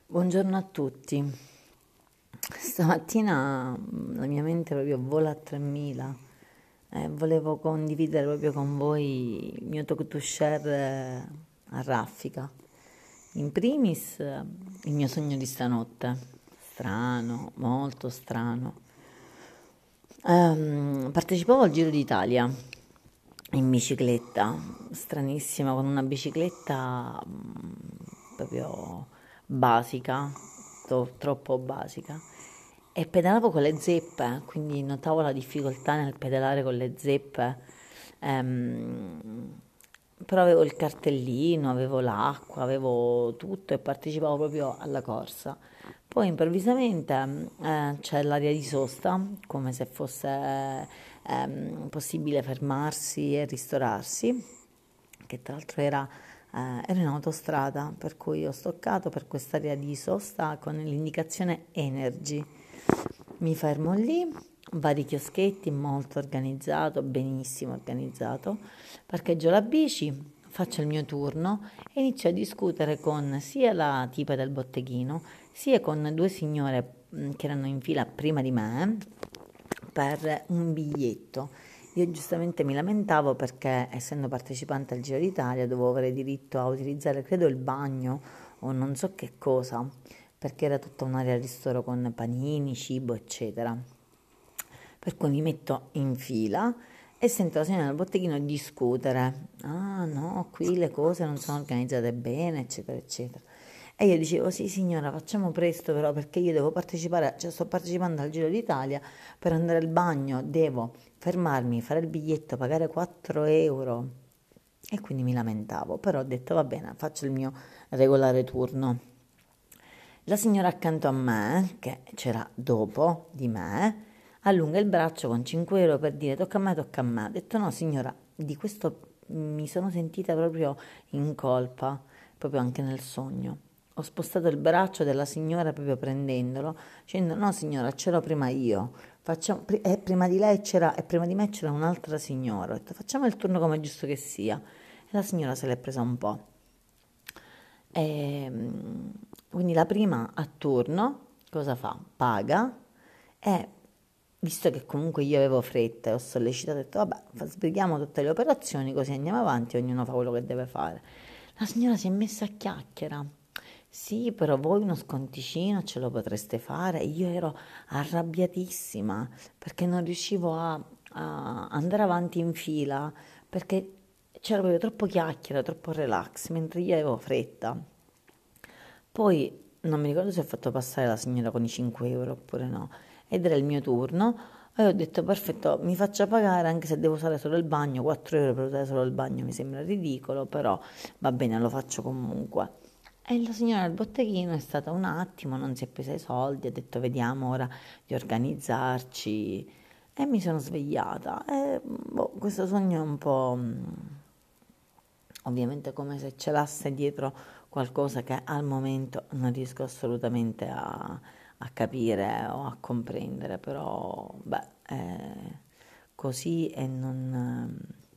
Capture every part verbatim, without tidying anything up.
Buongiorno a tutti. Stamattina mm, la mia mente proprio vola a tremila e volevo condividere proprio con voi il mio talk to share eh, a raffica. In primis eh, il mio sogno di stanotte, strano, molto strano. Ehm, partecipavo al Giro d'Italia in bicicletta, stranissima, con una bicicletta mm, proprio basica, to- troppo basica. E pedalavo con le zeppe, quindi notavo la difficoltà nel pedalare con le zeppe. Ehm, Però avevo il cartellino, avevo l'acqua, avevo tutto e partecipavo proprio alla corsa. Poi improvvisamente eh, c'è l'area di sosta, come se fosse ehm, possibile fermarsi e ristorarsi, che tra l'altro era, eh, era in autostrada, per cui ho stoccato per quest'area di sosta con l'indicazione Energy. Mi fermo lì, vari chioschetti, molto organizzato, benissimo organizzato, parcheggio la bici, faccio il mio turno e inizio a discutere con sia la tipa del botteghino, sia con due signore mh, che erano in fila prima di me per un biglietto. Io giustamente mi lamentavo perché, essendo partecipante al Giro d'Italia, dovevo avere diritto a utilizzare, credo, il bagno o non so che cosa, perché era tutta un'area ristoro con panini, cibo, eccetera. Per cui mi metto in fila e sento la signora del botteghino discutere. Ah no, qui le cose non sono organizzate bene, eccetera, eccetera. E io dicevo, sì signora, facciamo presto però perché io devo partecipare, cioè sto partecipando al Giro d'Italia, per andare al bagno devo fermarmi, fare il biglietto, pagare quattro euro. E quindi mi lamentavo, però ho detto va bene, faccio il mio regolare turno. La signora accanto a me, che c'era dopo di me, allunga il braccio con cinque euro per dire tocca a me, tocca a me. Ho detto no signora, di questo mi sono sentita proprio in colpa, proprio anche nel sogno. Ho spostato il braccio della signora proprio prendendolo, dicendo no signora, c'ero prima io, facciamo, pri- e prima di lei c'era, e prima di me c'era un'altra signora. Ho detto facciamo il turno come è giusto che sia. E la signora se l'è presa un po'. E, mm, quindi la prima a turno cosa fa? Paga e visto che comunque io avevo fretta e ho sollecitato, ho detto vabbè, fa- sbrighiamo tutte le operazioni così andiamo avanti, ognuno fa quello che deve fare. La signora si è messa a chiacchiera. Sì, però voi uno sconticino ce lo potreste fare. Io ero arrabbiatissima perché non riuscivo a, a andare avanti in fila perché c'era proprio troppo chiacchiera, troppo relax, mentre io avevo fretta. Poi non mi ricordo se ho fatto passare la signora con i cinque euro oppure no, ed era il mio turno. E ho detto perfetto, mi faccia pagare anche se devo usare solo il bagno, quattro euro per usare solo il bagno mi sembra ridicolo, però va bene, lo faccio comunque. E la signora del botteghino è stata un attimo, non si è presa i soldi, ha detto vediamo ora di organizzarci. E mi sono svegliata. E boh, questo sogno è un po', mm, ovviamente, come se celasse dietro qualcosa che al momento non riesco assolutamente a, a capire o a comprendere, però beh, è così e non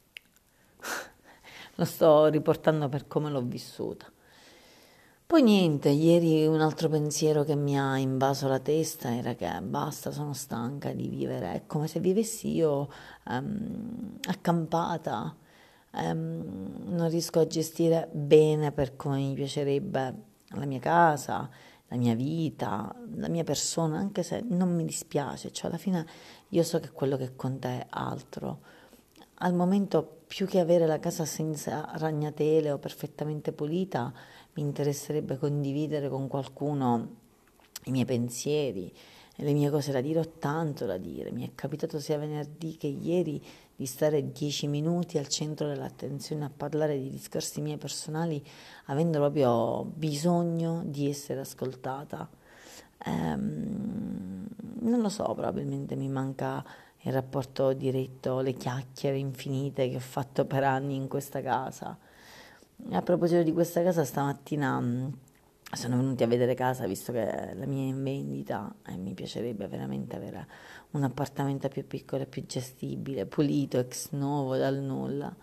lo sto riportando per come l'ho vissuta. Poi niente, ieri un altro pensiero che mi ha invaso la testa era che basta, sono stanca di vivere, è come se vivessi io ehm, accampata, ehm, non riesco a gestire bene per come mi piacerebbe la mia casa, la mia vita, la mia persona, anche se non mi dispiace, cioè alla fine io so che quello che conta è altro. Al momento, più che avere la casa senza ragnatele o perfettamente pulita, mi interesserebbe condividere con qualcuno i miei pensieri, le mie cose da dire, ho tanto da dire. Mi è capitato sia venerdì che ieri di stare dieci minuti al centro dell'attenzione a parlare di discorsi miei personali, avendo proprio bisogno di essere ascoltata. Ehm, non lo so, probabilmente mi manca il rapporto diretto, le chiacchiere infinite che ho fatto per anni in questa casa. A proposito di questa casa, stamattina mh, sono venuti a vedere casa, visto che la mia è in vendita e mi piacerebbe veramente avere un appartamento più piccolo e più gestibile, pulito, ex novo, dal nulla.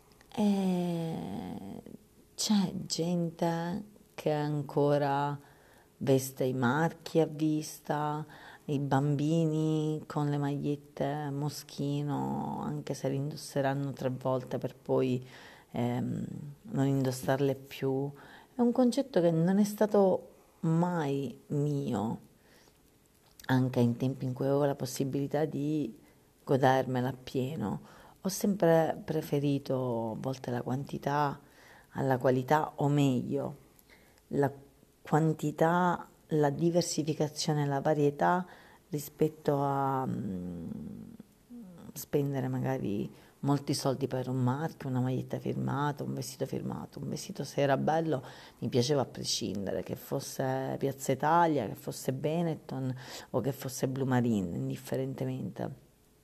E c'è gente che ancora veste i marchi a vista, i bambini con le magliette Moschino, anche se le indosseranno tre volte per poi ehm, non indossarle più. È un concetto che non è stato mai mio, anche in tempi in cui avevo la possibilità di godermela appieno. Ho sempre preferito a volte la quantità alla qualità, o meglio, la quantità, la diversificazione, la varietà rispetto a mm, spendere magari molti soldi per un marchio, una maglietta firmata, un vestito firmato. Un vestito, se era bello, mi piaceva a prescindere, che fosse Piazza Italia, che fosse Benetton o che fosse Blue Marine, indifferentemente.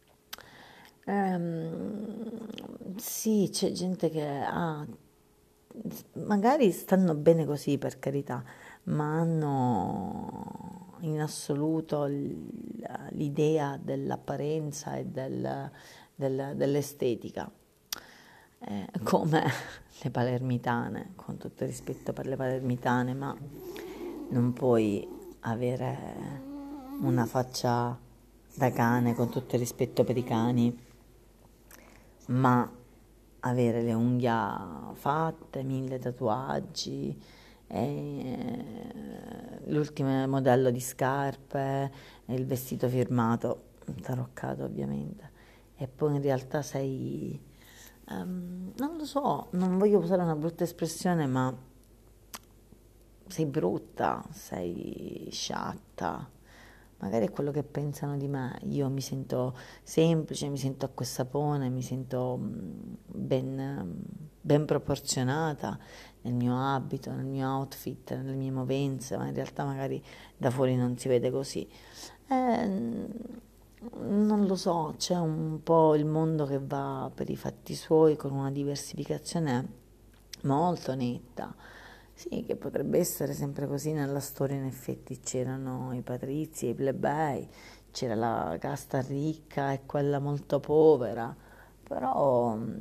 Ehm, sì, c'è gente che ha, magari stanno bene così, per carità, ma hanno in assoluto l- l'idea dell'apparenza e del- del- dell'estetica. Eh, come le palermitane, con tutto il rispetto per le palermitane, ma non puoi avere una faccia da cane, con tutto il rispetto per i cani, ma avere le unghie fatte, mille tatuaggi, e l'ultimo modello di scarpe, il vestito firmato, taroccato ovviamente, e poi in realtà sei, ehm, non lo so, non voglio usare una brutta espressione, ma sei brutta, sei sciatta, magari è quello che pensano di me. Io mi sento semplice, mi sento acqua e sapone, mi sento mm, ben, ben proporzionata nel mio abito, nel mio outfit, nelle mie movenze, ma in realtà magari da fuori non si vede così. Eh, non lo so, c'è un po' il mondo che va per i fatti suoi con una diversificazione molto netta. Sì, che potrebbe essere sempre così nella storia, in effetti c'erano i patrizi e i plebei, c'era la casta ricca e quella molto povera, però mm,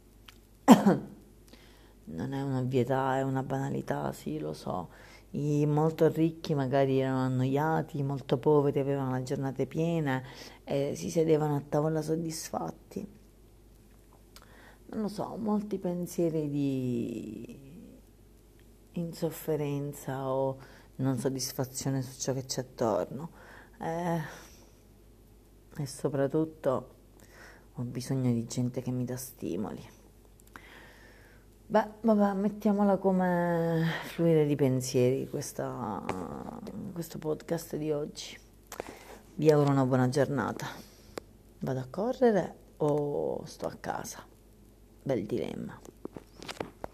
non è un'ovvietà, è una banalità, sì, lo so. I molto ricchi magari erano annoiati, i molto poveri avevano le giornate piene e si sedevano a tavola soddisfatti. Non lo so, molti pensieri di insofferenza o non soddisfazione su ciò che c'è attorno. Eh, e soprattutto ho bisogno di gente che mi dà stimoli. Beh, vabbè, mettiamola come fluire di pensieri questa, questo podcast di oggi. Vi auguro una buona giornata. Vado a correre o sto a casa? Bel dilemma.